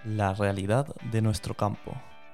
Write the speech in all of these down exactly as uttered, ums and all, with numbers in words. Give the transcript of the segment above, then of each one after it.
la realidad de nuestro campo.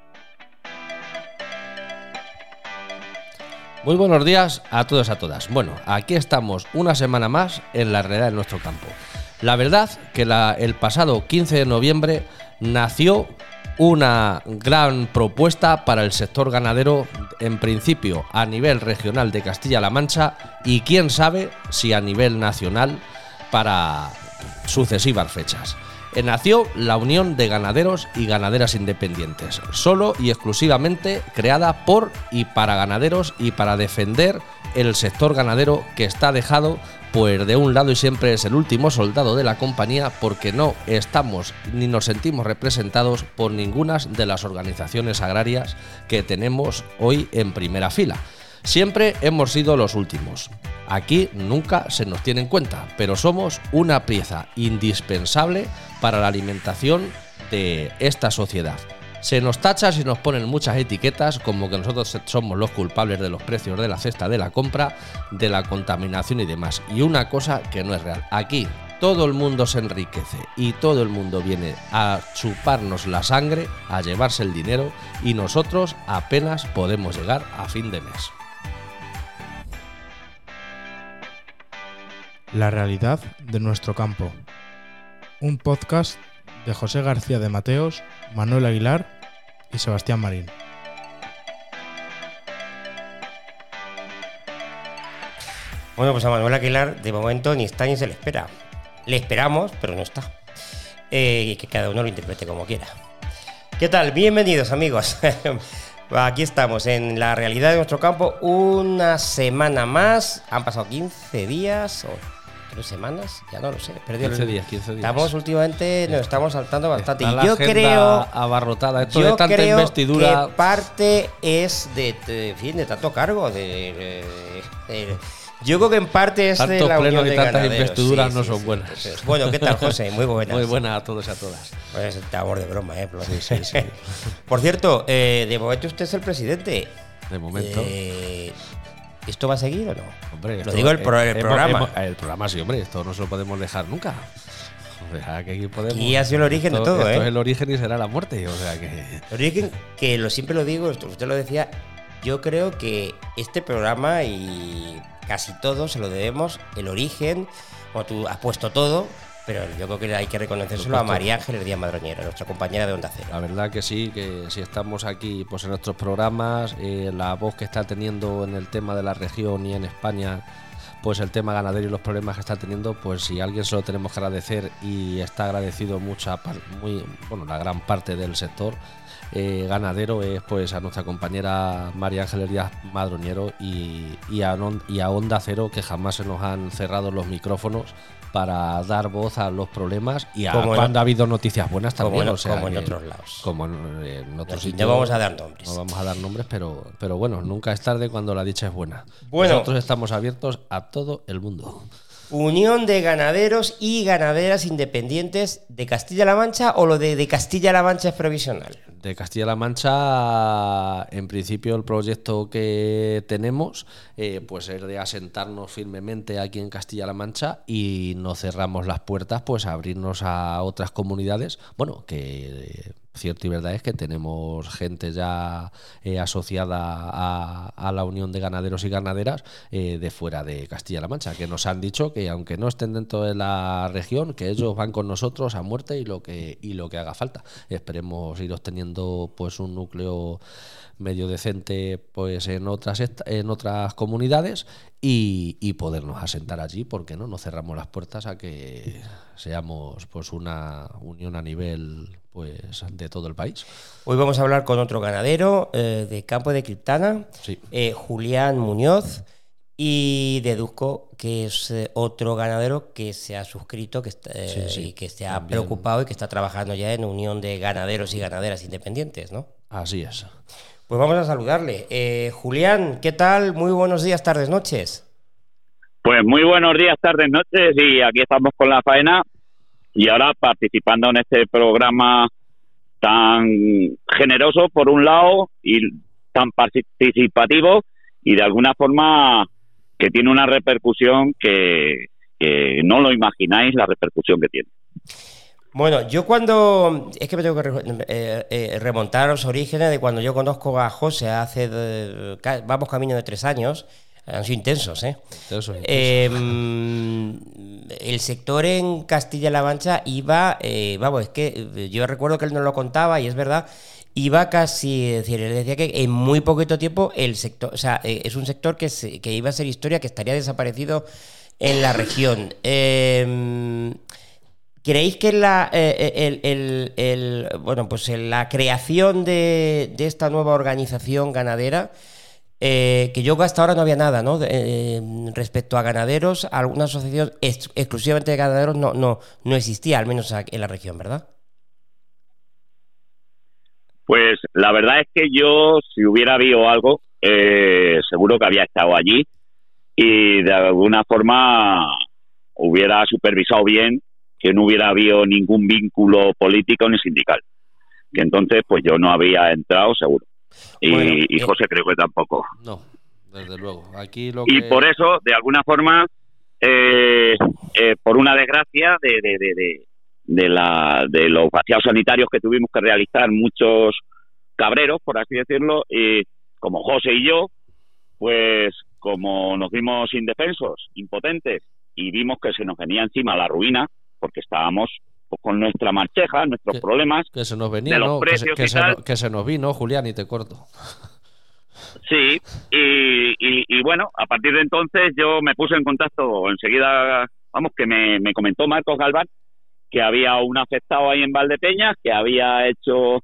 Muy buenos días a todos y a todas. Bueno, aquí estamos una semana más en la realidad de nuestro campo. La verdad que la, el pasado quince de noviembre nació una gran propuesta para el sector ganadero, en principio a nivel regional de Castilla-La Mancha y quién sabe si a nivel nacional para sucesivas fechas. Nació la Unión de Ganaderos y Ganaderas Independientes, solo y exclusivamente creada por y para ganaderos y para defender el sector ganadero que está dejado pues de un lado y siempre es el último soldado de la compañía porque no estamos ni nos sentimos representados por ninguna de las organizaciones agrarias que tenemos hoy en primera fila. Siempre hemos sido los últimos. Aquí nunca se nos tiene en cuenta, pero somos una pieza indispensable para la alimentación de esta sociedad. Se nos tacha y nos ponen muchas etiquetas como que nosotros somos los culpables de los precios de la cesta de la compra, de la contaminación y demás. Y una cosa que no es real. Aquí todo el mundo se enriquece y todo el mundo viene a chuparnos la sangre, a llevarse el dinero y nosotros apenas podemos llegar a fin de mes. La realidad de nuestro campo. Un podcast de José García de Mateos, Manuel Aguilar y Sebastián Marín. Bueno, pues a Manuel Aguilar de momento ni está ni se le espera. Le esperamos, pero no está. Eh, y que cada uno lo interprete como quiera. ¿Qué tal? Bienvenidos, amigos. Aquí estamos en la realidad de nuestro campo. Una semana más. Han pasado quince días o tres semanas, ya no lo sé. quince días, quince días. Estamos últimamente, nos estamos saltando bastante. Está y yo creo abarrotada. Esto yo de tanta creo investidura. que parte es de, de, en fin, de tanto cargo. De, de, de, de, yo creo que en parte es Tantos de la plenos unión de y tantas ganaderos. investiduras sí, no sí, son sí, buenas. Sí, sí. Bueno, ¿qué tal, José? Muy buenas. Muy buenas a todos y a todas. Pues te amor de broma, ¿eh? Sí, sí, sí. Por cierto, eh, de momento usted es el presidente. De momento. Eh, ¿Esto va a seguir o no? Hombre, lo esto, digo el, pro, el hemos, programa. Hemos, el programa sí, hombre, esto no se lo podemos dejar nunca. O sea, que aquí podemos. Y ha sido el origen esto, de todo, esto ¿eh? es el origen y será la muerte. O sea que. El origen, que lo, siempre lo digo, usted lo decía, yo creo que este programa y casi todo se lo debemos, el origen, como tú has puesto todo. Pero yo creo que hay que reconocérselo a María Ángeles Díaz Madroñero, nuestra compañera de Onda Cero. La verdad que sí, que si estamos aquí pues en nuestros programas, eh, la voz que está teniendo en el tema de la región y en España, pues el tema ganadero y los problemas que está teniendo, pues si a alguien se lo tenemos que agradecer y está agradecido mucha, muy, bueno, la gran parte del sector eh, ganadero es pues a nuestra compañera María Ángeles Díaz Madroñero y, y, a, y a Onda Cero, que jamás se nos han cerrado los micrófonos para dar voz a los problemas y a como cuando en, ha habido noticias buenas también. Como en, o sea, como en que, otros lados. Como en, en otros Aquí sitios. no vamos a dar nombres. No vamos a dar nombres, pero, pero bueno, nunca es tarde cuando la dicha es buena. Bueno, nosotros estamos abiertos a todo el mundo. Unión de Ganaderos y Ganaderas Independientes de Castilla-La Mancha, o lo de, de Castilla-La Mancha es provisional. De Castilla-La Mancha, en principio el proyecto que tenemos eh, pues es de asentarnos firmemente aquí en Castilla-La Mancha y no cerramos las puertas pues a abrirnos a otras comunidades. Bueno, que eh, cierto y verdad es que tenemos gente ya eh, asociada a, a la Unión de Ganaderos y Ganaderas eh, de fuera de Castilla-La Mancha, que nos han dicho que aunque no estén dentro de la región, que ellos van con nosotros a muerte y lo que, y lo que haga falta. Esperemos ir obteniendo pues un núcleo medio decente pues en otras en otras comunidades y, y podernos asentar allí, porque no nos cerramos las puertas a que seamos pues una unión a nivel pues de todo el país. Hoy vamos a hablar con otro ganadero eh, de Campo de Criptana, sí. eh, Julián Muñoz, y deduzco que es eh, otro ganadero que se ha suscrito que está, eh, sí, sí, y que se ha también preocupado y que está trabajando ya en Unión de Ganaderos y Ganaderas Independientes, ¿no? Así es. Pues vamos a saludarle. Eh, Julián, ¿qué tal? Muy buenos días, tardes, noches. Pues muy buenos días, tardes, noches, y aquí estamos con la faena y ahora participando en este programa tan generoso por un lado y tan participativo y de alguna forma que tiene una repercusión que, que no lo imagináis, la repercusión que tiene. Bueno, yo cuando... Es que me tengo que re- eh, eh, remontar a los orígenes de cuando yo conozco a José hace... de- ca- vamos camino de tres años. Han sido intensos, ¿eh? Intenso, intenso. Eh, el sector en Castilla-La Mancha iba... eh, vamos, es que eh, yo recuerdo que él nos lo contaba y es verdad... Iba casi, es decir, él decía que en muy poquito tiempo el sector, o sea, eh, es un sector que, se, que iba a ser historia, que estaría desaparecido en la región. Eh, ¿Creéis que la, eh, el, el, el, bueno, pues la creación de, de esta nueva organización ganadera, eh, que yo hasta ahora no había nada, ¿no? Eh, respecto a ganaderos, alguna asociación ex, exclusivamente de ganaderos no, no, no existía, al menos en la región, ¿verdad? Pues la verdad es que yo, si hubiera habido algo, eh, seguro que había estado allí y de alguna forma hubiera supervisado bien que no hubiera habido ningún vínculo político ni sindical. Que entonces, pues yo no habría entrado seguro. Y, Bueno, y eh, José creo que tampoco. No, desde luego. Aquí lo Y que... por eso, de alguna forma, eh, eh, por una desgracia de, de, de, de, de, la, de los vaciados sanitarios que tuvimos que realizar muchos cabreros, por así decirlo, y como José y yo, pues como nos vimos indefensos, impotentes, y vimos que se nos venía encima la ruina, porque estábamos pues, con nuestra marcheja, nuestros Que- problemas, Que se nos venía, de los ¿no? Que se, precios que y se tal. no- que se nos vino, Julián, y te corto. sí, y, y, y bueno, a partir de entonces yo me puse en contacto enseguida, vamos, que me, me comentó Marcos Galván que había un afectado ahí en Valdepeñas, que había hecho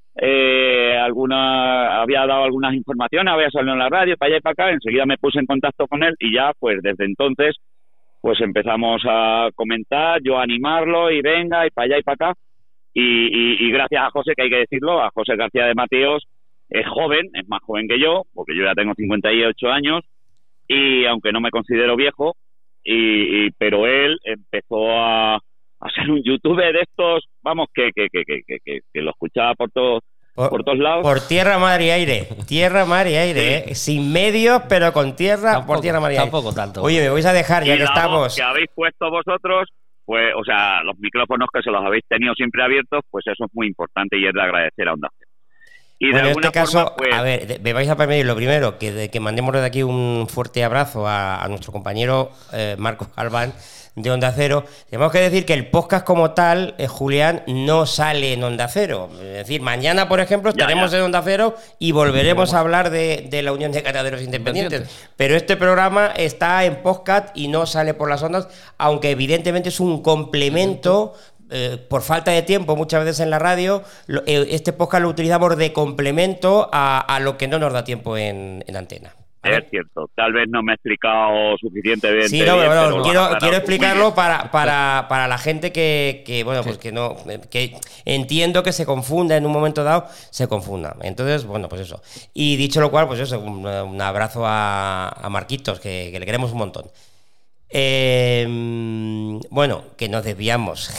eh, alguna, había dado algunas informaciones, había salido en la radio, para allá y para acá, enseguida me puse en contacto con él y ya, pues desde entonces, pues empezamos a comentar, yo a animarlo y venga, y para allá y para acá, y, y, y gracias a José, que hay que decirlo, a José García de Mateos, es joven, es más joven que yo, porque yo ya tengo cincuenta y ocho años, y aunque no me considero viejo, y, y pero él empezó a, a ser un youtuber de estos, vamos, que, que, que, que, que, que, que lo escuchaba por todos Por, por todos lados. por tierra, mar y aire. Tierra, mar y aire, ¿eh? Sin medios, pero con tierra, Tampoco- por tierra, mar y aire. tampoco tanto. Oye, me vais a dejar, ya y que la voz estamos. que habéis puesto vosotros, pues, o sea, los micrófonos que se los habéis tenido siempre abiertos, pues eso es muy importante y es de agradecer a Onda Cero. Y Bueno, de en alguna este caso, forma, pues, a ver, de- me vais a permitir lo primero, que, de, que mandemos desde aquí un fuerte abrazo a, a nuestro compañero eh, Marcos Galván de Onda Cero. Tenemos que decir que el podcast como tal, eh, Julián, no sale en Onda Cero. Es decir, mañana, por ejemplo, Ya, estaremos ya. en Onda Cero y volveremos a hablar de, de la Unión de Ganaderos Independientes. Pero este programa está en podcast y no sale por las ondas, aunque evidentemente es un complemento. Eh, por falta de tiempo muchas veces en la radio, lo, eh, este podcast lo utilizamos de complemento a, a lo que no nos da tiempo en, en antena. ¿Vale? es cierto, tal vez no me he explicado suficientemente Sí, no, bien, pero, pero no, lo quiero, has aclarado quiero muy explicarlo bien. para, para, para la gente que, que bueno, pues que no, que entiendo que se confunda en un momento dado, se confunda. Entonces, bueno, pues eso. Y dicho lo cual, pues eso, un, un abrazo a, a Marquitos, que, que le queremos un montón. Eh, bueno, que nos desviamos.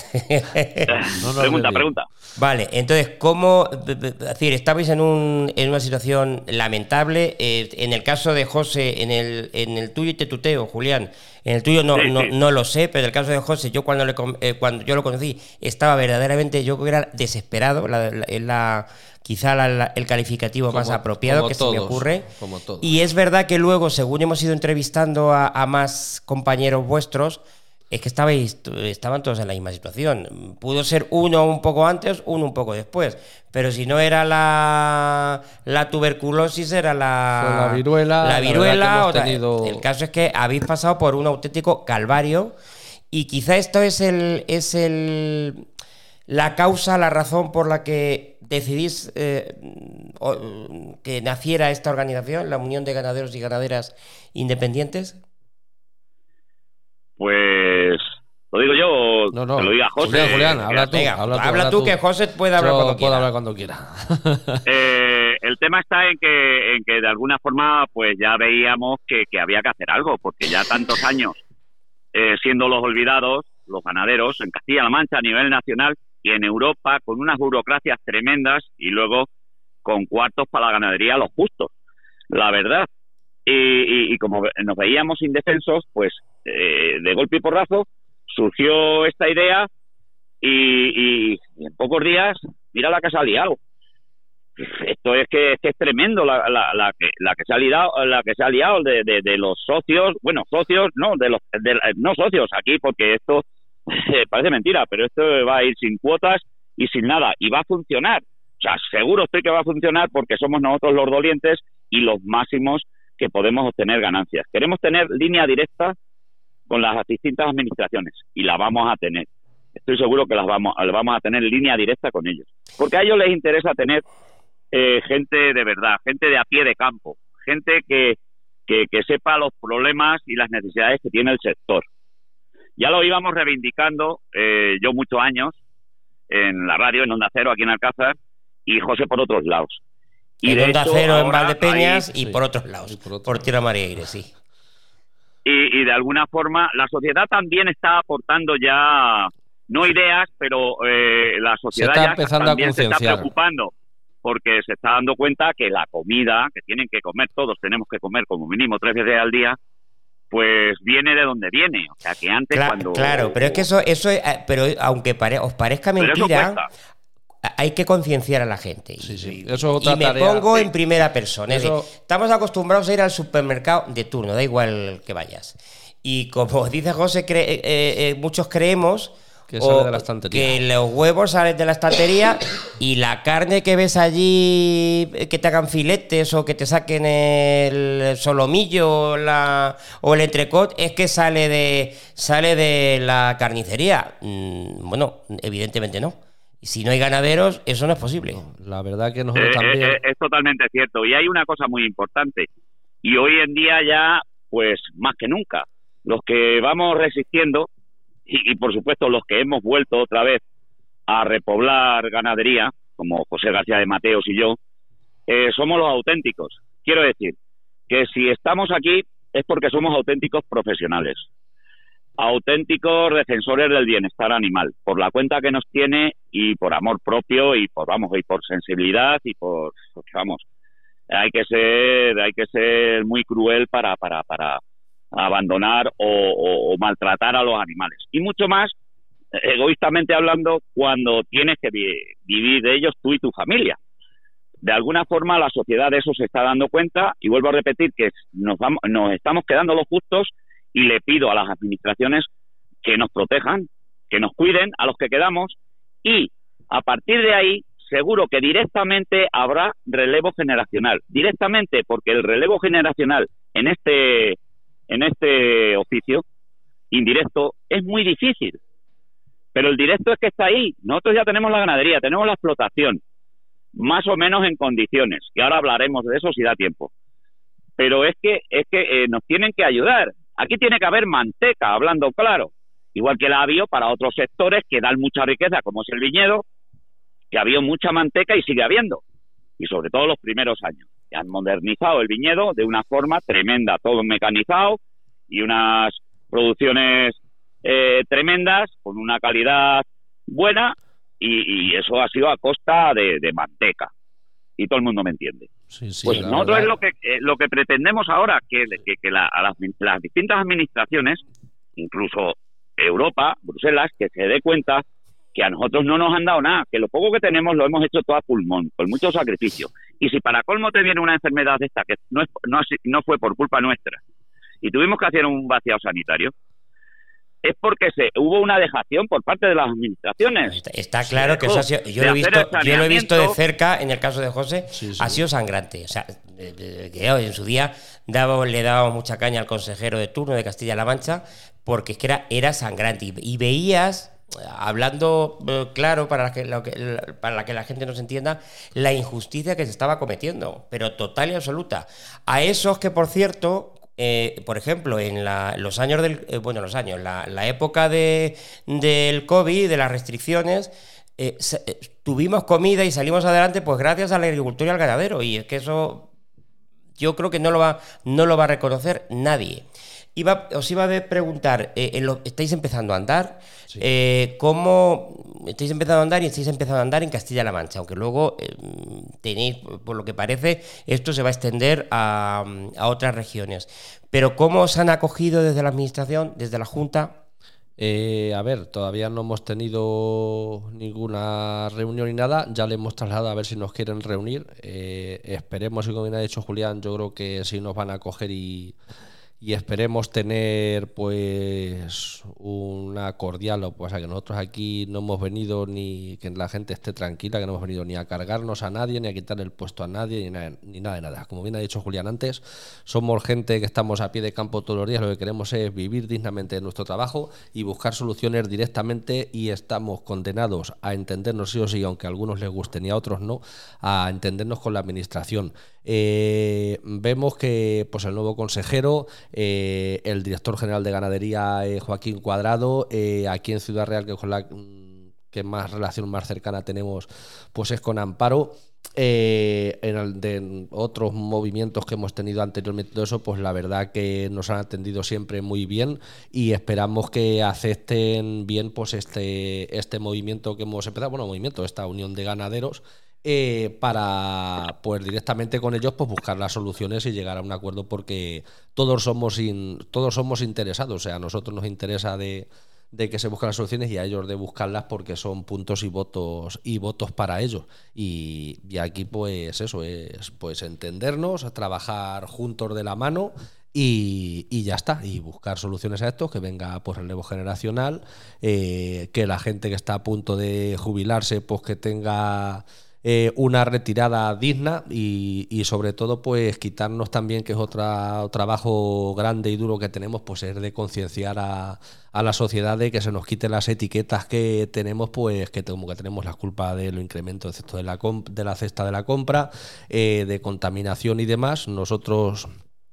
No nos pregunta, desviemos. pregunta. Vale, entonces, ¿cómo? Es decir, estabais en, un, en una situación lamentable. Eh, en el caso de José, en el, en el tuyo te tuteo, Julián. En el tuyo no, Sí, no, sí. no lo sé, pero en el caso de José, yo cuando, le, con- eh, cuando yo lo conocí, estaba verdaderamente, yo creo que era desesperado. La, la, es la- quizá la- la- el calificativo más Como- apropiado como que se me todos, ocurre. como todos. Y es verdad que luego, según hemos ido entrevistando a, a más compañeros vuestros, es que estabais, estaban todos en la misma situación. Pudo ser uno un poco antes, uno un poco después. Pero si no era la, la tuberculosis, era la, Fue la viruela, La la viruela. verdad que hemos otra- tenido- El caso es que habéis pasado por un auténtico calvario. Y quizá esto es el, es el la causa, la razón por la que decidís eh, o- que naciera esta organización, la Unión de Ganaderos y Ganaderas Independientes. Pues, ¿lo digo yo o No, no. que lo diga José? Julián, Julián, habla tú. Venga, habla tú, habla habla tú, tú. que José puede hablar Yo cuando puedo quiera. hablar cuando quiera. Eh, el tema está en que, en que de alguna forma pues ya veíamos que, que había que hacer algo, porque ya tantos años eh, siendo los olvidados, los ganaderos, en Castilla-La Mancha a nivel nacional y en Europa, con unas burocracias tremendas y luego con cuartos para la ganadería los justos, la verdad. Y, y, y como nos veíamos indefensos, pues eh, de golpe y porrazo surgió esta idea y, y, y en pocos días, mira la que se ha liado. Esto es que, es que es tremendo la, la, la, que, la que se ha liado, la que se ha liado de, de, de los socios, bueno, socios, no, de los de, no socios aquí, porque esto eh, parece mentira, pero esto va a ir sin cuotas y sin nada, y va a funcionar. O sea, seguro estoy que va a funcionar porque somos nosotros los dolientes y los máximos que podemos obtener ganancias. Queremos tener línea directa con las distintas administraciones y la vamos a tener. Estoy seguro que las vamos, las vamos a tener línea directa con ellos. Porque a ellos les interesa tener eh, gente de verdad, gente de a pie de campo, gente que, que, que sepa los problemas y las necesidades que tiene el sector. Ya lo íbamos reivindicando eh, yo muchos años en la radio, en Onda Cero, aquí en Alcázar, y José por otros lados. Y en Onda Cero, en Valdepeñas, hay, y sí, por otros lados, por, otro. por Tierra María Aire, sí. Y, y de alguna forma la sociedad también está aportando ya, no ideas, pero eh, la sociedad se está ya empezando también a se está concienciar. preocupando, porque se está dando cuenta que la comida, que tienen que comer todos, tenemos que comer como mínimo tres veces al día, pues viene de donde viene. O sea, que antes claro, cuando... Claro, pero es que eso, eso es, pero aunque pare, os parezca mentira, hay que concienciar a la gente. Sí, sí. Y, Eso es otra y me tarea. pongo Sí. en primera persona. Eso... Es decir, estamos acostumbrados a ir al supermercado de turno, da igual que vayas. Y como dice José, cre- eh, eh, muchos creemos que, sale de la estantería. que los huevos salen de la estantería y la carne que ves allí, que te hagan filetes o que te saquen el solomillo o, la, o el entrecot, es que sale de, sale de la carnicería. Mm, bueno, evidentemente no. Y si no hay ganaderos, eso no es posible. La verdad que nosotros eh, también... eh, es totalmente cierto. Y hay una cosa muy importante. Y hoy en día ya, pues más que nunca, los que vamos resistiendo, y, y por supuesto los que hemos vuelto otra vez a repoblar ganadería, como José García de Mateos y yo, eh, somos los auténticos. Quiero decir que si estamos aquí es porque somos auténticos profesionales, auténticos defensores del bienestar animal, por la cuenta que nos tiene y por amor propio y por, vamos, y por sensibilidad y por, porque, vamos, hay que ser, hay que ser muy cruel para, para, para abandonar o, o, o maltratar a los animales. Y mucho más, egoístamente hablando, cuando tienes que vi- vivir de ellos tú y tu familia. De alguna forma la sociedad de eso se está dando cuenta y vuelvo a repetir que nos, vamos, nos estamos quedando los justos y le pido a las administraciones que nos protejan, que nos cuiden a los que quedamos y a partir de ahí seguro que directamente habrá relevo generacional. Directamente porque el relevo generacional en este, en este oficio indirecto es muy difícil. Pero el directo es que está ahí. Nosotros ya tenemos la ganadería, tenemos la explotación, más o menos en condiciones, que ahora hablaremos de eso si da tiempo. Pero es que es que eh, nos tienen que ayudar. Aquí tiene que haber manteca, hablando claro, igual que la ha habido para otros sectores que dan mucha riqueza, como es el viñedo, que ha habido mucha manteca y sigue habiendo, y sobre todo los primeros años. Que han modernizado el viñedo de una forma tremenda, todo mecanizado y unas producciones eh, tremendas, con una calidad buena, y, y eso ha sido a costa de, de manteca. Y todo el mundo me entiende. Sí, sí, pues nosotros verdad. es lo que eh, lo que pretendemos ahora, que, que, que la, a las, las distintas administraciones, incluso Europa, Bruselas, que se dé cuenta que a nosotros no nos han dado nada, que lo poco que tenemos lo hemos hecho todo a pulmón, con mucho sacrificio. Y si para colmo te viene una enfermedad de esta, que no, es, no, no fue por culpa nuestra, y tuvimos que hacer un vaciado sanitario, es porque se hubo una dejación por parte de las administraciones. Está, está claro sí, que eso ha sido, yo, lo he visto, yo lo he visto de cerca en el caso de José, sí, sí. Ha sido sangrante. O sea, en su día daba, le dábamos mucha caña al consejero de turno de Castilla-La Mancha porque es que era, era sangrante y, y veías, hablando eh, claro para que, lo que, para que la gente nos entienda, la injusticia que se estaba cometiendo, pero total y absoluta. A esos que, por cierto... Eh, por ejemplo, en la, los años del eh, bueno, los años, la, la época de del COVID, de las restricciones, eh, se, eh, tuvimos comida y salimos adelante, pues gracias a la agricultura y al ganadero. Y es que eso yo creo que no lo va, no lo va a reconocer nadie. Iba, os iba a preguntar, eh, en lo, estáis empezando a andar, sí. eh, ¿cómo estáis empezando a andar y estáis empezando a andar en Castilla-La Mancha? Aunque luego eh, tenéis, por lo que parece, esto se va a extender a, a otras regiones. Pero ¿cómo os han acogido desde la administración, desde la Junta? Eh, a ver, todavía no hemos tenido ninguna reunión ni nada. Ya le hemos trasladado a ver si nos quieren reunir. Eh, esperemos, y como bien ha dicho Julián, yo creo que sí nos van a coger y, y esperemos tener pues una cordial. O sea, que nosotros aquí no hemos venido ni que la gente esté tranquila, que no hemos venido ni a cargarnos a nadie, ni a quitar el puesto a nadie, ni nada, ni nada de nada. Como bien ha dicho Julián antes, somos gente que estamos a pie de campo todos los días. Lo que queremos es vivir dignamente de nuestro trabajo y buscar soluciones directamente, y estamos condenados a entendernos sí o sí, aunque a algunos les gusten y a otros no, a entendernos con la administración. Eh, vemos que pues el nuevo consejero, eh, el director general de ganadería, eh, Joaquín Cuadrado, eh, aquí en Ciudad Real, que con la que más relación más cercana tenemos, pues es con Amparo. Eh, en, el, de, en otros movimientos que hemos tenido anteriormente, todo eso, pues la verdad que nos han atendido siempre muy bien, y esperamos que acepten bien pues este, este movimiento que hemos empezado, bueno, movimiento, esta unión de ganaderos, eh, para pues directamente con ellos pues buscar las soluciones y llegar a un acuerdo, porque todos somos in, todos somos interesados. O sea, a nosotros nos interesa de de que se buscan las soluciones, y a ellos de buscarlas, porque son puntos y votos y votos para ellos. Y, y aquí pues eso es pues entendernos, trabajar juntos de la mano y, y ya está, y buscar soluciones a esto, que venga pues el relevo generacional, eh, que la gente que está a punto de jubilarse pues que tenga Eh, una retirada digna, y, y sobre todo pues quitarnos también, que es otro trabajo grande y duro que tenemos, pues es de concienciar a, a la sociedad de que se nos quiten las etiquetas que tenemos, pues que como que tenemos la culpa de los incrementos de la, de la cesta de la compra, eh, de contaminación y demás. Nosotros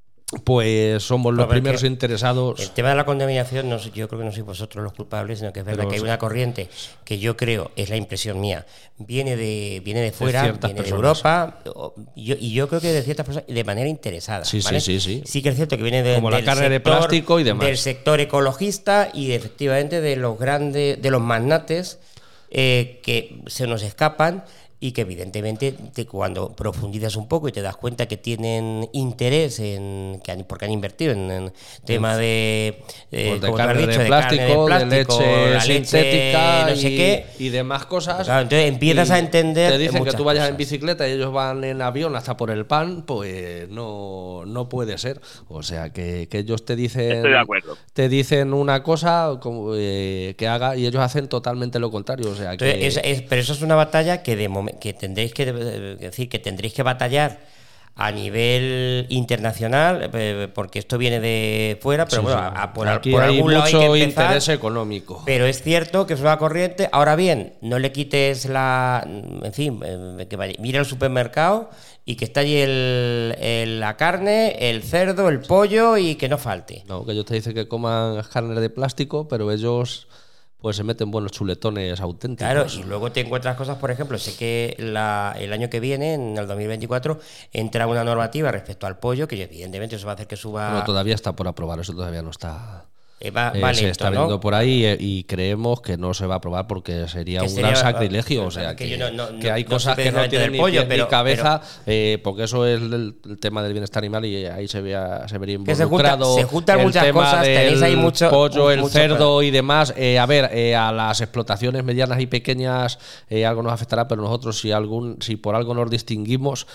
pues somos los primeros interesados. El tema de la contaminación, no, yo creo que no sois vosotros los culpables, sino que es verdad Pero que hay una corriente que yo creo, es la impresión mía, viene de viene de fuera, de viene personas. de Europa, y yo, y yo creo que de ciertas personas de manera interesada. Sí, ¿vale? sí, sí, sí. Sí que es cierto que viene de, Como del la carne sector, de plástico y demás. Del sector ecologista y de, efectivamente de los grandes, de los magnates eh, que se nos escapan. Y que evidentemente te, cuando profundizas un poco y te das cuenta que tienen interés en que han, porque han invertido en, en tema de, eh, pues de, carne, dicho, de, plástico, de plástico, de leche la sintética, leche, no sé y, qué, y demás cosas. Claro, entonces empiezas a entender. Te dicen que tú vayas cosas. en bicicleta y ellos van en avión hasta por el pan, pues no, no puede ser. O sea que, que ellos te dicen. Estoy de acuerdo. Te dicen una cosa como, eh, que haga, y ellos hacen totalmente lo contrario. O sea que entonces, es, es, pero eso es una batalla que de momento que tendréis que decir que tendréis que batallar a nivel internacional, porque esto viene de fuera, pero sí, bueno, a, a, por, aquí por hay algún lado mucho hay que empezar, interés económico. Pero es cierto que es una corriente. Ahora bien, no le quites la, en fin, que vaya, mira el supermercado y que está allí el, el, la carne, el cerdo, el pollo, y que no falte. No, que ellos te dicen que coman carne de plástico, pero ellos pues se meten buenos chuletones auténticos. Claro, y luego te encuentras cosas, por ejemplo, sé que la, el año que viene, en el dos mil veinticuatro, entra una normativa respecto al pollo, que evidentemente eso va a hacer que suba... No, todavía está por aprobar, eso todavía no está... Eh, va, eh, va se lento, está ¿no? viendo por ahí, eh, y creemos que no se va a aprobar porque sería que un sería, gran sacrilegio. uh, O sea, que, que, no, no, que hay no cosas que no tienen ni pollo, pie pero, ni cabeza, pero, eh, porque eso es el, el tema del bienestar animal, y ahí se, vea, se vería Que involucrado. se, junta, se juntan el muchas tema cosas, del tenéis ahí mucho pollo, el mucho, cerdo y demás. Eh, a ver, eh, a las explotaciones medianas y pequeñas eh, algo nos afectará, pero nosotros si algún si por algo nos distinguimos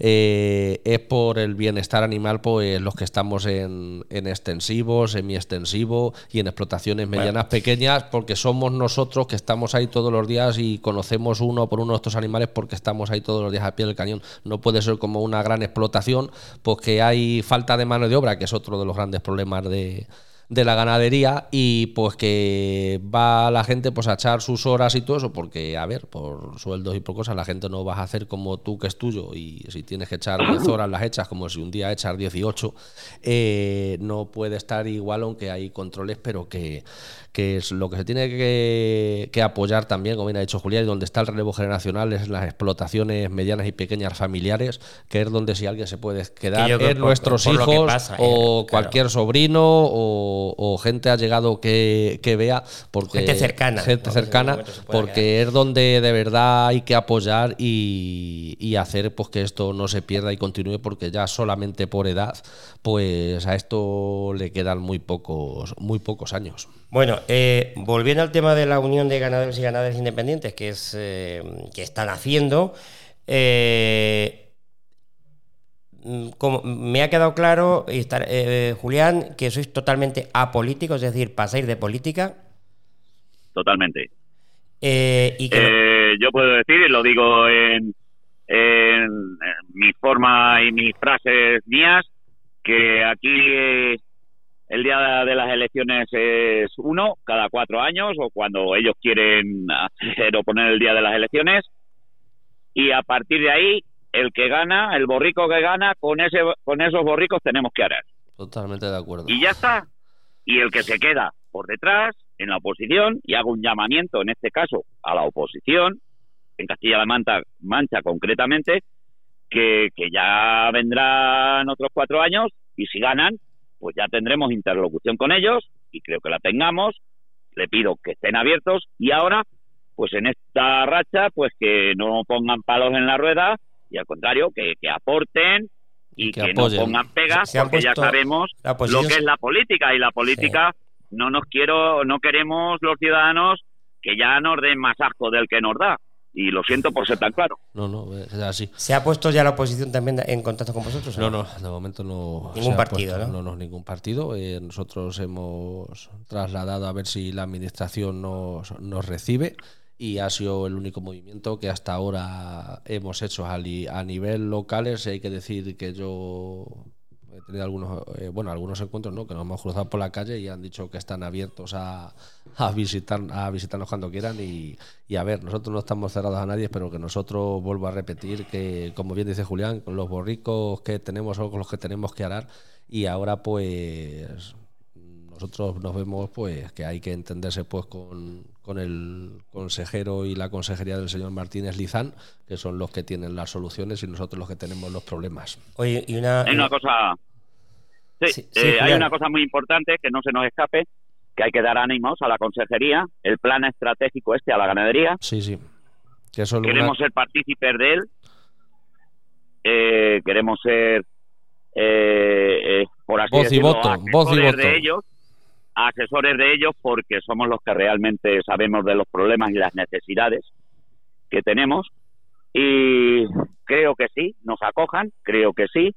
eh, es por el bienestar animal, pues los que estamos en, en extensivo, semi-extensivo y en explotaciones medianas, bueno, pequeñas, porque somos nosotros que estamos ahí todos los días y conocemos uno por uno de estos animales, porque estamos ahí todos los días al pie del cañón. No puede ser como una gran explotación, porque hay falta de mano de obra, que es otro de los grandes problemas de, de la ganadería, y pues que va la gente pues a echar sus horas y todo eso, porque a ver, por sueldos y por cosas la gente no vas a hacer como tú, que es tuyo, y si tienes que echar diez horas las echas como si un día echas dieciocho. Eh, no puede estar igual, aunque hay controles, pero que que es lo que se tiene que, que apoyar también, como bien ha dicho Julián, y donde está el relevo generacional es las explotaciones medianas y pequeñas familiares, que es donde si alguien se puede quedar, es nuestros por, por hijos pasa, o eh, claro. cualquier sobrino o o gente allegado que, que vea, porque gente cercana, gente ¿no? cercana, porque es donde de verdad hay que apoyar y, y hacer pues que esto no se pierda y continúe, porque ya solamente por edad, pues a esto le quedan muy pocos, muy pocos años. Bueno, eh, volviendo al tema de la Unión de Ganaderos y Ganaderas Independientes, que es eh, que están haciendo, eh, como me ha quedado claro, eh, Julián, que sois totalmente apolíticos, es decir, pasáis de política. Totalmente. Eh, y que eh, yo puedo decir, y lo digo en, en, en mi forma y mis frases mías, que aquí eh, el día de las elecciones es uno, cada cuatro años, o cuando ellos quieren hacer o poner el día de las elecciones, y a partir de ahí, el que gana, el borrico que gana, con ese con esos borricos tenemos que arar. Totalmente de acuerdo. Y ya está. Y el que se queda por detrás, en la oposición, y hago un llamamiento, en este caso, a la oposición, en Castilla-La Mancha, Mancha concretamente, que, que ya vendrán otros cuatro años, y si ganan, pues ya tendremos interlocución con ellos, y creo que la tengamos. Le pido que estén abiertos, y ahora, pues en esta racha, pues que no pongan palos en la rueda, y al contrario, que, que aporten y, y que, que no pongan pegas, se, se porque ya sabemos lo que es la política, y la política sí. no nos quiero, no queremos los ciudadanos que ya nos den más asco del que nos da, y lo siento por ser tan claro. No, no, es así. ¿Se ha puesto ya la oposición también en contacto con vosotros? No, no, no de momento no. Ningún partido, puesto, ¿no? No, no, ningún partido. Eh, nosotros hemos trasladado a ver si la administración nos, nos recibe. Y ha sido el único movimiento que hasta ahora hemos hecho a, li, a nivel locales. Hay que decir que yo he tenido algunos eh, bueno algunos encuentros, ¿no?, que nos hemos cruzado por la calle y han dicho que están abiertos a, a visitar a visitarnos cuando quieran, y, y a ver, nosotros no estamos cerrados a nadie, pero que nosotros, vuelvo a repetir, que como bien dice Julián, con los borricos que tenemos o con los que tenemos que arar, y ahora pues nosotros nos vemos pues que hay que entenderse pues con, con el consejero y la consejería del señor Martínez Lizán, que son los que tienen las soluciones y nosotros los que tenemos los problemas. Oye, y una, hay una cosa sí, sí, sí, eh, hay una cosa muy importante que no se nos escape, que hay que dar ánimos a la consejería, el plan estratégico este a la ganadería. Sí, sí. Que eso queremos una... ser partícipes de él, eh, queremos ser eh, eh, por así voz decirlo, y voto, voz y voto. de ellos, asesores de ellos, porque somos los que realmente sabemos de los problemas y las necesidades que tenemos, y creo que sí, nos acojan, creo que sí,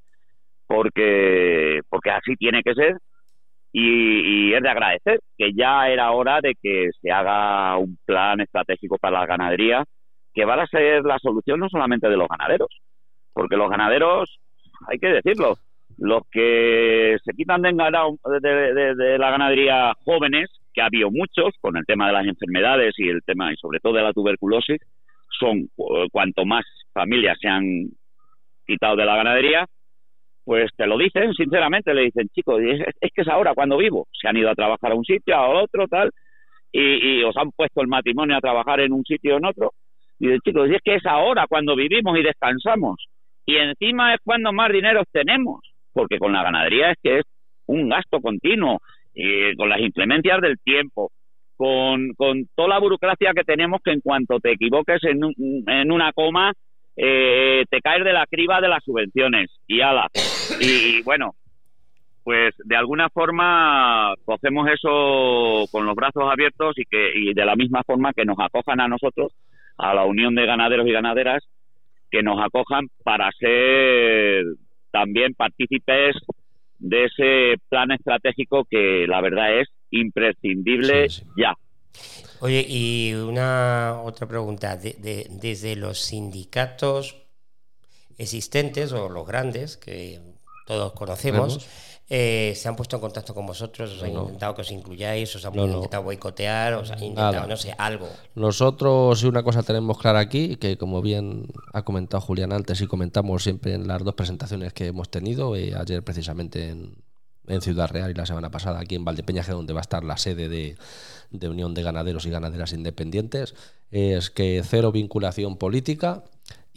porque porque así tiene que ser, y, y es de agradecer que ya era hora de que se haga un plan estratégico para la ganadería, que va a ser la solución no solamente de los ganaderos, porque los ganaderos, hay que decirlo, los que se quitan de, de, de, de la ganadería jóvenes, que ha habido muchos con el tema de las enfermedades y el tema y sobre todo de la tuberculosis, son cuanto más familias se han quitado de la ganadería, pues te lo dicen sinceramente, le dicen, chicos, es, es que es ahora cuando vivo, se han ido a trabajar a un sitio, a otro, tal, y, y os han puesto el matrimonio a trabajar en un sitio o en otro, y dicen, chicos, es que es ahora cuando vivimos y descansamos, y encima es cuando más dinero tenemos, porque con la ganadería es que es un gasto continuo, eh, con las inclemencias del tiempo, con, con toda la burocracia que tenemos, que en cuanto te equivoques en, un, en una coma, eh, te caes de la criba de las subvenciones, y ala. Y, y bueno, pues de alguna forma cogemos eso con los brazos abiertos, y que y de la misma forma que nos acojan a nosotros, a la Unión de Ganaderos y Ganaderas, que nos acojan para ser también partícipes de ese plan estratégico que la verdad es imprescindible sí, sí. ya. Oye, y una otra pregunta, de, de, desde los sindicatos existentes o los grandes que todos conocemos, eh, se han puesto en contacto con vosotros, os han no. intentado que os incluyáis, os han no, intentado no. boicotear, os han intentado, Nada. no sé, algo. Nosotros, una cosa tenemos clara aquí, que como bien ha comentado Julián antes y comentamos siempre en las dos presentaciones que hemos tenido, eh, ayer precisamente en, en Ciudad Real y la semana pasada aquí en Valdepeñaje, donde va a estar la sede de, de Unión de Ganaderos y Ganaderas Independientes, es que cero vinculación política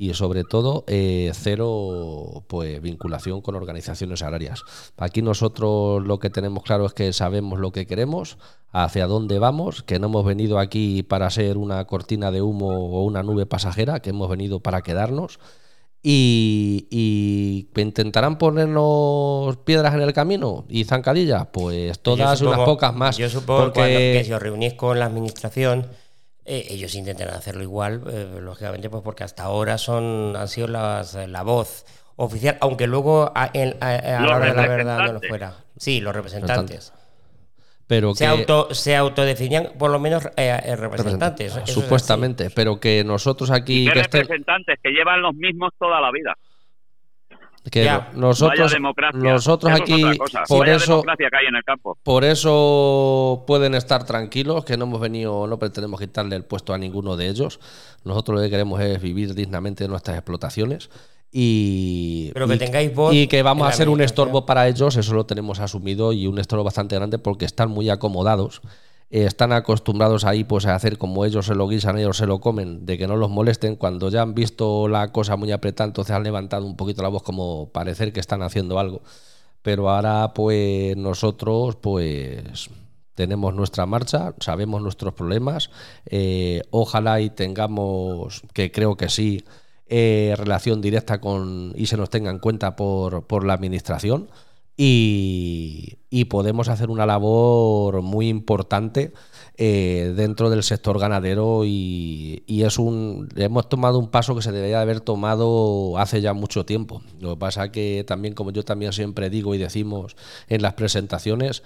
y sobre todo eh, cero pues vinculación con organizaciones agrarias. Aquí nosotros lo que tenemos claro es que sabemos lo que queremos, hacia dónde vamos, que no hemos venido aquí para ser una cortina de humo o una nube pasajera, que hemos venido para quedarnos. Y, y intentarán ponernos piedras en el camino y zancadillas, pues todas supongo, unas pocas más. Yo supongo porque... cuando, que si os reunís con la administración, eh, ellos intentarán hacerlo igual, eh, lógicamente, pues porque hasta ahora son han sido las, la voz oficial, aunque luego a, en, a, a la hora de la verdad no lo fuera. Sí, los representantes. Pero se, que, auto, se autodefinían por lo menos eh, eh, representantes. Eso supuestamente, es pero que nosotros aquí... ¿Y qué que representantes estén, que llevan los mismos toda la vida? Que ya, nosotros, nosotros aquí, por vaya eso, democracia que hay en el campo. Por eso pueden estar tranquilos, que no hemos venido, no pretendemos quitarle el puesto a ninguno de ellos. Nosotros lo que queremos es vivir dignamente de nuestras explotaciones. Y, Pero que y, tengáis voz y que vamos a ser un estorbo para ellos, eso lo tenemos asumido, y un estorbo bastante grande porque están muy acomodados, eh, están acostumbrados ahí pues a hacer como ellos se lo guisan, ellos se lo comen, de que no los molesten. Cuando ya han visto la cosa muy apretada, entonces han levantado un poquito la voz como parecer que están haciendo algo. Pero ahora pues nosotros pues tenemos nuestra marcha, sabemos nuestros problemas, eh, ojalá y tengamos, que creo que sí, Eh, relación directa con y se nos tenga en cuenta por, por la administración y, y podemos hacer una labor muy importante eh, dentro del sector ganadero y, y es un hemos tomado un paso que se debería haber tomado hace ya mucho tiempo. Lo que pasa que también, como yo también siempre digo y decimos en las presentaciones,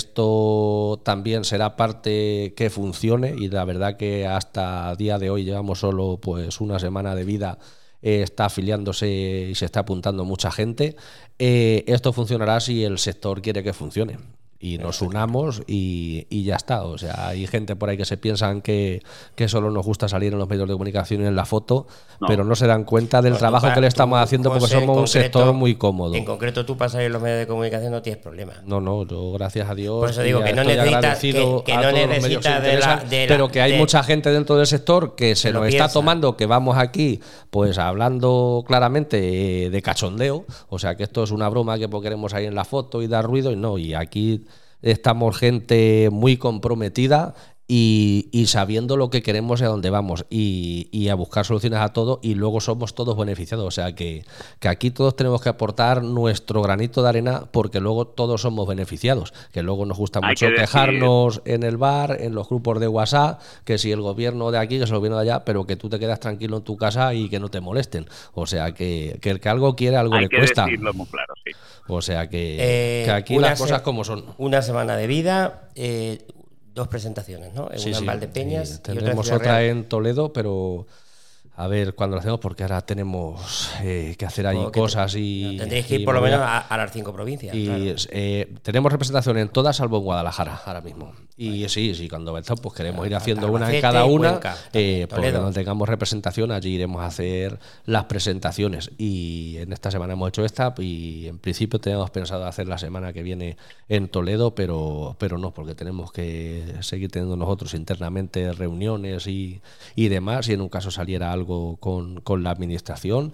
esto también será parte que funcione, y la verdad que hasta el día de hoy llevamos solo pues una semana de vida. Eh, está afiliándose y se está apuntando mucha gente. Eh, esto funcionará si el sector quiere que funcione y nos unamos y, y ya está. O sea, hay gente por ahí que se piensan que, que solo nos gusta salir en los medios de comunicación y en la foto, no. pero no se dan cuenta del no, trabajo para, que le estamos tú, haciendo porque José, somos un concreto, sector muy cómodo. En concreto, tú pasas en los medios de comunicación no tienes problema. No, no, yo gracias a Dios. Por eso digo que no necesitas que, que no necesita de la, de la, pero que hay de, mucha gente dentro del sector que se nos piensa. Está tomando que vamos aquí pues hablando claramente de cachondeo, o sea que esto es una broma que queremos ahí en la foto y dar ruido, y no, y aquí estamos gente muy comprometida y, y sabiendo lo que queremos y a dónde vamos, y, y a buscar soluciones a todo, y luego somos todos beneficiados. O sea que, que aquí todos tenemos que aportar nuestro granito de arena, porque luego todos somos beneficiados. Que luego nos gusta mucho que quejarnos en el bar, en los grupos de WhatsApp, que si el gobierno de aquí, que si el gobierno de allá, pero que tú te quedas tranquilo en tu casa y que no te molesten. O sea que, que el que algo quiere, algo Hay le que cuesta. Decirlo muy claro, sí. O sea que, eh, que aquí las cosas como son. Una semana de vida, eh, dos presentaciones, ¿no? Sí, una sí, en Valdepeñas. sí. Tendremos otra, otra en Toledo, pero a ver cuándo lo hacemos, porque ahora tenemos eh, que hacer ahí Como cosas te, y... Tendréis que ir por lo menos a, a las cinco provincias. Y claro. eh, tenemos representación en todas, salvo en Guadalajara ahora mismo. Y bueno, sí, sí, cuando venzamos pues queremos claro, ir haciendo una en cada una, Cuenca, eh, porque cuando tengamos representación allí iremos a hacer las presentaciones. Y en esta semana hemos hecho esta, y en principio teníamos pensado hacer la semana que viene en Toledo, pero, pero no, porque tenemos que seguir teniendo nosotros internamente reuniones y, y demás, y en un caso saliera algo con, con la administración.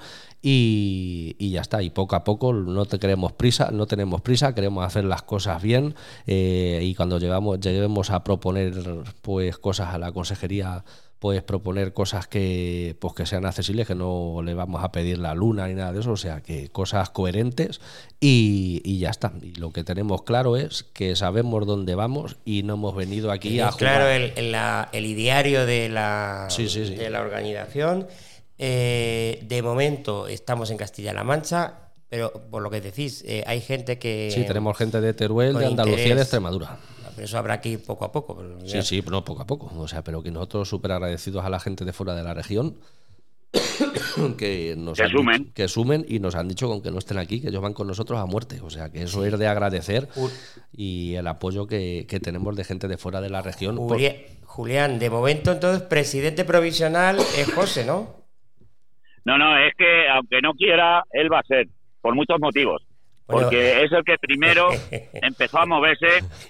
Y, y ya está, y poco a poco no te queremos prisa, no tenemos prisa, queremos hacer las cosas bien, eh, y cuando llegamos, lleguemos a proponer pues cosas a la consejería, pues proponer cosas que pues que sean accesibles, que no le vamos a pedir la luna ni nada de eso, o sea que cosas coherentes y, y ya está. Y lo que tenemos claro es que sabemos dónde vamos y no hemos venido aquí y a es jugar. Claro, el, el, la, el ideario de la, sí, sí, sí. de la organización. Eh, de momento estamos en Castilla-La Mancha, pero por lo que decís, eh, hay gente que... Sí, tenemos gente de Teruel, de Andalucía interés, y de Extremadura. Pero eso habrá que ir poco a poco. Pero sí, sí, no, poco a poco. O sea, pero que nosotros súper agradecidos a la gente de fuera de la región que nos que han sumen. Dicho, que sumen y nos han dicho con que no estén aquí, que ellos van con nosotros a muerte. O sea, que eso es de agradecer y el apoyo que, que tenemos de gente de fuera de la región. Julián, por... Julián, de momento entonces presidente provisional es José, ¿no? No, no, es que aunque no quiera, él va a ser, por muchos motivos. Porque bueno, es el que primero empezó a moverse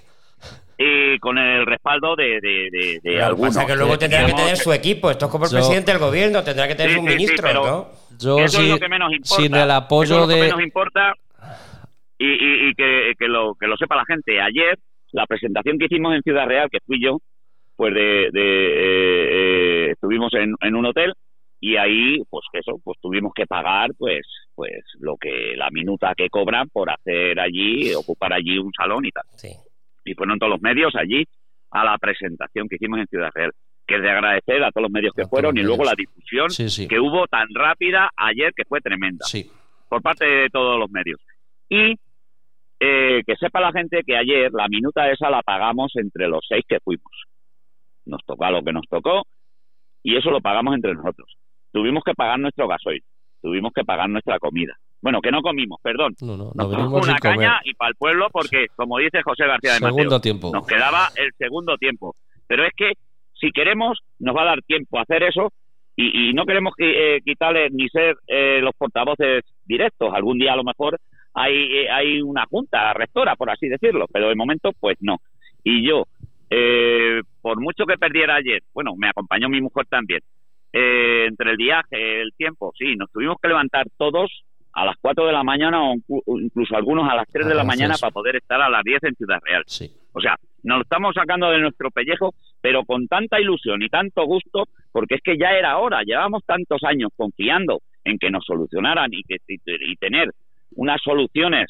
y con el respaldo de, de, de, de algunos. Pasa que luego tendrá que tener su equipo. Esto es como el yo, presidente del gobierno, tendrá que tener sí, un sí, ministro, sí, pero, ¿no? Yo eso sí, es lo que menos importa. sin el apoyo eso es lo que de... menos importa y, y, y que, que, lo, que lo sepa la gente. Ayer, la presentación que hicimos en Ciudad Real, que fui yo, pues de, de eh, eh, estuvimos en, en un hotel y ahí, pues eso, pues tuvimos que pagar, pues, pues lo que la minuta que cobran por hacer allí, ocupar allí un salón y tal. Sí. Y fueron todos los medios allí a la presentación que hicimos en Ciudad Real, que es de agradecer a todos los medios que A todos fueron los y luego medios. la difusión Sí, sí. que hubo tan rápida ayer, que fue tremenda, Sí. por parte de todos los medios. Y eh, que sepa la gente que ayer la minuta esa la pagamos entre los seis que fuimos. Nos tocó a lo que nos tocó y eso lo pagamos entre nosotros. Tuvimos que pagar nuestro gasoil, tuvimos que pagar nuestra comida. Bueno, que no comimos, perdón. No, no, Nos nos tomamos venimos sin una caña comer. y para el pueblo porque, como dice José García de Segundo Mateo, tiempo. nos quedaba el segundo tiempo. Pero es que si queremos, nos va a dar tiempo a hacer eso y, y no queremos eh, quitarle ni ser eh, los portavoces directos. Algún día a lo mejor hay, eh, hay una junta rectora, por así decirlo, pero de momento pues no. Y yo, eh, por mucho que perdiera ayer, bueno, me acompañó mi mujer también, eh, entre el viaje, el tiempo, sí, nos tuvimos que levantar todos a las cuatro de la mañana o incluso algunos a las tres de la mañana para poder estar a las diez en Ciudad Real. Sí. O sea, nos lo estamos sacando de nuestro pellejo, pero con tanta ilusión y tanto gusto, porque es que ya era hora, llevamos tantos años confiando en que nos solucionaran y que y, y tener unas soluciones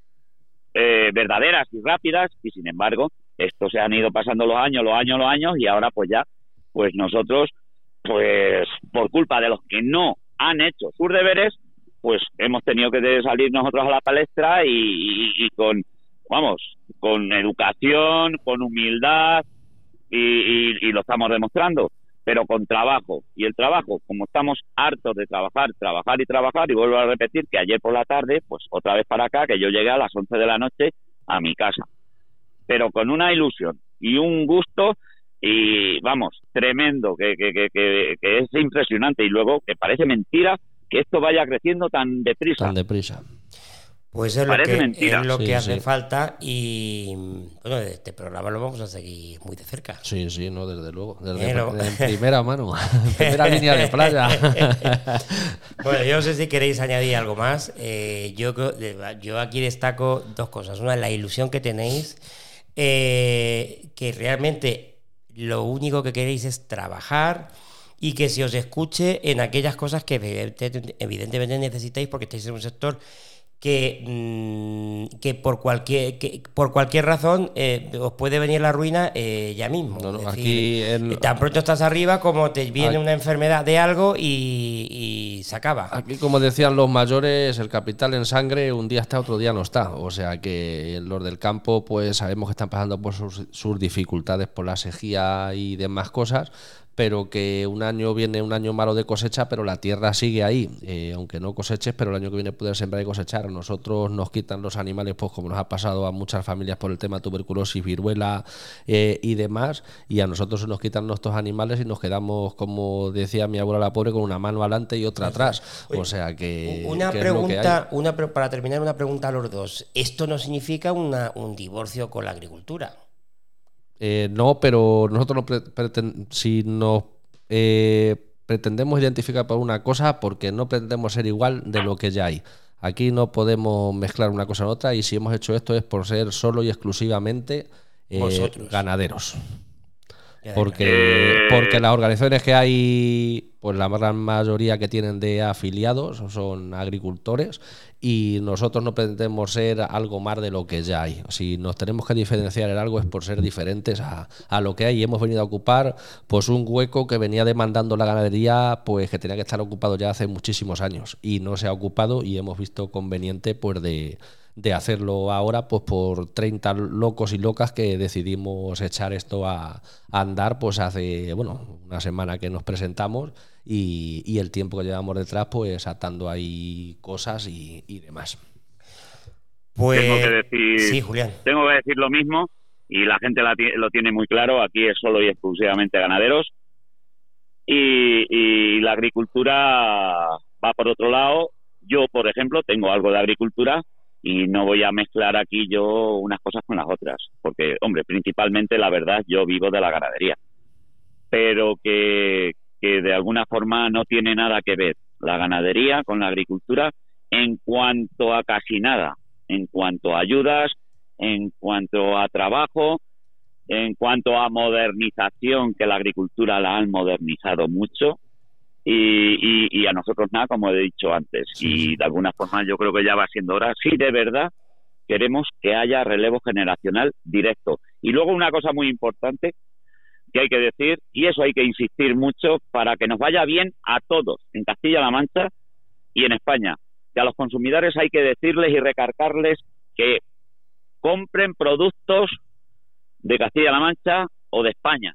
eh, verdaderas y rápidas, y sin embargo, esto se han ido pasando los años, los años, los años, y ahora pues ya, pues nosotros, pues por culpa de los que no han hecho sus deberes, pues hemos tenido que salir nosotros a la palestra y, y, y con, vamos, con educación, con humildad y, y, y lo estamos demostrando, pero con trabajo. Y el trabajo, como estamos hartos de trabajar, trabajar y trabajar, y vuelvo a repetir que ayer por la tarde, pues otra vez para acá, que yo llegué a las once de la noche a mi casa, pero con una ilusión y un gusto y, vamos, tremendo, que, que, que, que, que es impresionante y luego que parece mentira que esto vaya creciendo tan deprisa. Tan deprisa. Pues es lo Parece que, mentira. es lo Sí, que hace sí. falta y bueno, de este programa lo vamos a seguir muy de cerca. Sí, sí, no, desde luego. Desde Pero- en primera mano, en primera línea de playa. Bueno, yo no sé si queréis añadir algo más. Eh, yo, creo- yo aquí destaco dos cosas. Una, la ilusión que tenéis, eh, que realmente lo único que queréis es trabajar y que se os escuche en aquellas cosas que evidente- evidentemente necesitáis porque estáis en un sector que, mmm, que por cualquier que por cualquier razón eh, os puede venir la ruina eh, ya mismo. No, no, Es aquí decir, en- tan pronto estás arriba como te viene Aquí- una enfermedad de algo y, y se acaba. Aquí, como decían los mayores, el capital en sangre un día está, otro día no está. O sea que los del campo, pues sabemos que están pasando por sus, sus dificultades por la sequía y demás cosas, pero que un año viene un año malo de cosecha, pero la tierra sigue ahí, eh, aunque no coseches, pero el año que viene puedes sembrar y cosechar. Nosotros nos quitan los animales, pues como nos ha pasado a muchas familias por el tema tuberculosis, viruela eh, y demás, y a nosotros se nos quitan nuestros animales y nos quedamos, como decía mi abuela la pobre, con una mano adelante y otra atrás. Oye, O sea que, una que es lo que hay. pregunta, una pre- para terminar, una pregunta a los dos. ¿Esto no significa una, un divorcio con la agricultura? Eh, no, pero nosotros no pre- preten- si nos eh, pretendemos identificar por una cosa, porque no pretendemos ser igual de lo que ya hay. Aquí no podemos mezclar una cosa en otra y si hemos hecho esto es por ser solo y exclusivamente eh, Vosotros. ganaderos. Ya, Porque, Eh, porque las organizaciones que hay, pues la gran mayoría que tienen de afiliados son agricultores y nosotros no pretendemos ser algo más de lo que ya hay. Si nos tenemos que diferenciar en algo es por ser diferentes a, a lo que hay y hemos venido a ocupar pues un hueco que venía demandando la ganadería, pues que tenía que estar ocupado ya hace muchísimos años y no se ha ocupado y hemos visto conveniente pues de... de hacerlo ahora pues por treinta locos y locas que decidimos echar esto a, a andar pues hace bueno una semana que nos presentamos y, y el tiempo que llevamos detrás pues atando ahí cosas y, y demás. Pues, Tengo que decir, sí, Julián. tengo que decir lo mismo y la gente la ti- lo tiene muy claro. Aquí es solo y exclusivamente ganaderos y, y la agricultura va por otro lado. Yo, por ejemplo, tengo algo de agricultura y no voy a mezclar aquí yo unas cosas con las otras, porque, hombre, principalmente, la verdad, yo vivo de la ganadería, pero que, que de alguna forma no tiene nada que ver la ganadería, con la agricultura, en cuanto a casi nada, en cuanto a ayudas, en cuanto a trabajo, en cuanto a modernización, que la agricultura la han modernizado mucho, y, y, y a nosotros nada, como he dicho antes. Sí, y sí. De alguna forma yo creo que ya va siendo hora, sí, de verdad, queremos que haya relevo generacional directo. Y luego una cosa muy importante que hay que decir, y eso hay que insistir mucho para que nos vaya bien a todos, en Castilla-La Mancha y en España, que a los consumidores hay que decirles y recargarles que compren productos de Castilla-La Mancha o de España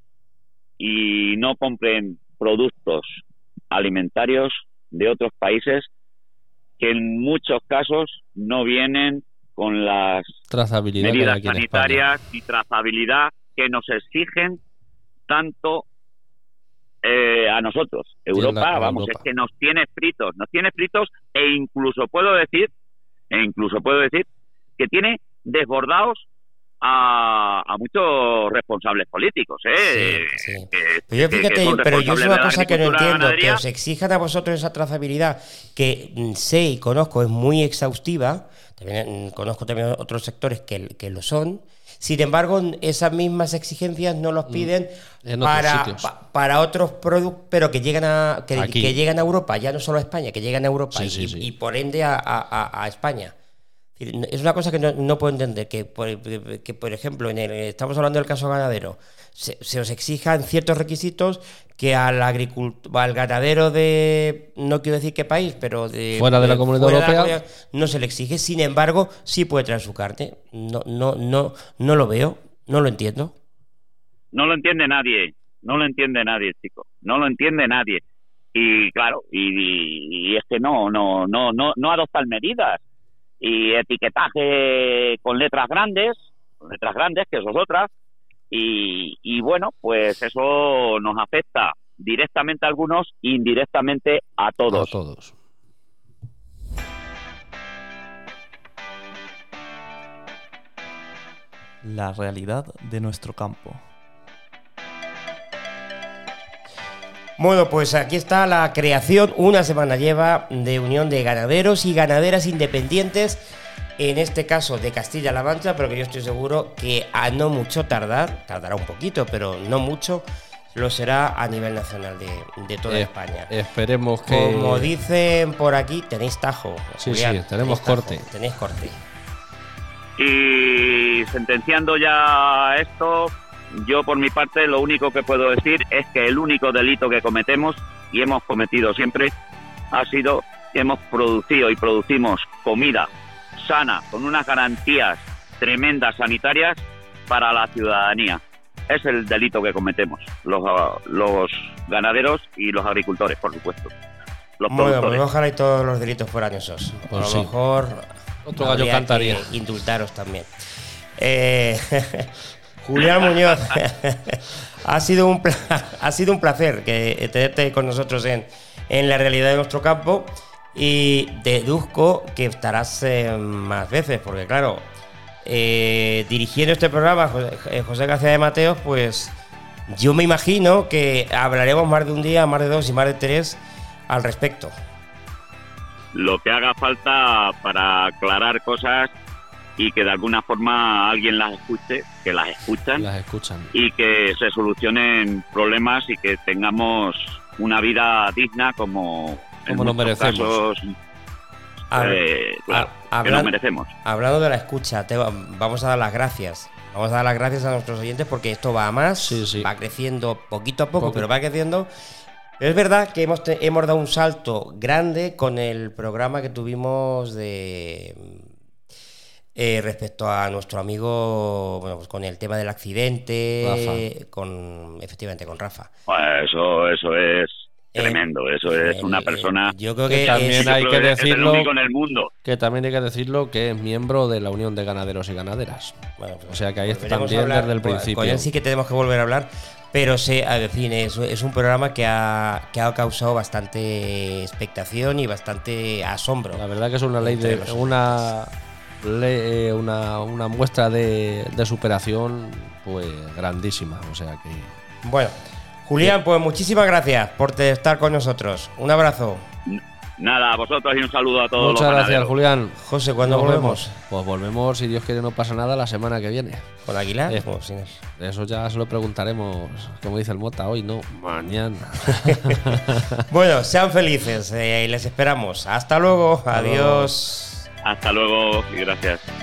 y no compren productos alimentarios de otros países que en muchos casos no vienen con las trazabilidad medidas sanitarias y trazabilidad que nos exigen tanto eh, a nosotros. Europa, la, vamos, Europa. Es que nos tiene fritos, nos tiene fritos e incluso puedo decir, e incluso puedo decir que tiene desbordados a, a muchos responsables políticos, ¿eh? Sí, sí. Que, pero yo fíjate, que pero yo es una cosa que no entiendo, que os exijan a vosotros esa trazabilidad que sé y conozco es muy exhaustiva, también conozco también otros sectores que, que lo son. Sin embargo, esas mismas exigencias no los piden en para, pa, para otros productos, pero que llegan a que, que llegan a Europa, ya no solo a España, que llegan a Europa sí, y, sí, sí. y por ende a, a, a España. Es una cosa que no, no puedo entender, que por, que por ejemplo, en el, estamos hablando del caso ganadero, se, se os exijan ciertos requisitos que al agricultor, al ganadero de, no quiero decir qué país, pero de fuera de la Comunidad Europea, la comunidad, no se le exige. Sin embargo, sí puede traer su carne. No, no, no, no lo veo, no lo entiendo. No lo entiende nadie, no lo entiende nadie, chico, no lo entiende nadie. Y claro, y, y es que no, no, no, no, no adoptan medidas. Y etiquetaje con letras grandes, con letras grandes, que eso es otra, y, y bueno, pues eso nos afecta directamente a algunos, indirectamente a todos. A todos. La realidad de nuestro campo. Bueno, pues aquí está la creación, una semana lleva, de Unión de Ganaderos y Ganaderas Independientes, en este caso de Castilla-La Mancha, pero que yo estoy seguro que a no mucho tardar, tardará un poquito, pero no mucho, lo será a nivel nacional de, de toda eh, España. Esperemos que... Como dicen por aquí, tenéis tajo. Sí, Julián, sí, tenemos tenéis corte. Tajo, tenéis corte. Y sentenciando ya esto... Yo, por mi parte, lo único que puedo decir es que el único delito que cometemos, y hemos cometido siempre, ha sido que hemos producido y producimos comida sana, con unas garantías tremendas sanitarias para la ciudadanía. Es el delito que cometemos los, los ganaderos y los agricultores, por supuesto. Los bueno, pues ojalá y todos los delitos fueran esos. Pues a lo sí. mejor otro gallo cantaría. Indultaros también. Eh... Julián Muñoz, ha sido un pla- ha sido un placer que tenerte con nosotros en, en la realidad de nuestro campo, y deduzco que estarás eh, más veces, porque claro, eh, dirigiendo este programa José, José García de Mateos, pues yo me imagino que hablaremos más de un día, más de dos y más de tres al respecto. Lo que haga falta para aclarar cosas y que de alguna forma alguien las escuche, que las escuchan, las escuchan y que se solucionen problemas y que tengamos una vida digna como, como nos merecemos. Casos, eh, claro, Habla, que nos merecemos. Hablando de la escucha, te, vamos a dar las gracias. Vamos a dar las gracias a nuestros oyentes porque esto va a más, sí, sí. va creciendo poquito a poco, poco. pero va creciendo. Pero es verdad que hemos, te, hemos dado un salto grande con el programa que tuvimos de... Eh, respecto a nuestro amigo, bueno, pues con el tema del accidente, Rafa. con efectivamente con Rafa. Pues eso, eso es tremendo, eh, eso es una persona. Yo creo que, que también es, hay que es decirlo, el único en el mundo. Que también hay que decirlo que es miembro de la Unión de Ganaderos y Ganaderas. Bueno, pues, o sea que ahí está también hablar, desde el principio. Con él sí que tenemos que volver a hablar, pero sé, en fin, es, es un programa que ha, que ha causado bastante expectación y bastante asombro. La verdad que es una ley de los... una Le, una, una muestra de, de superación pues grandísima, o sea que... Bueno, Julián, pues muchísimas gracias por estar con nosotros. Un abrazo. Nada, a vosotros y un saludo a todos. Muchas los gracias, ganaderos. Julián. José, ¿cuándo Nos volvemos? vemos. Pues volvemos, si Dios quiere no pasa nada, la semana que viene. ¿Con Aguilar Eh. o sin él? Eso ya se lo preguntaremos, como dice el Mota, hoy no, mañana. Bueno, sean felices eh, y les esperamos. Hasta luego. Hasta luego. Adiós. Hasta luego y gracias.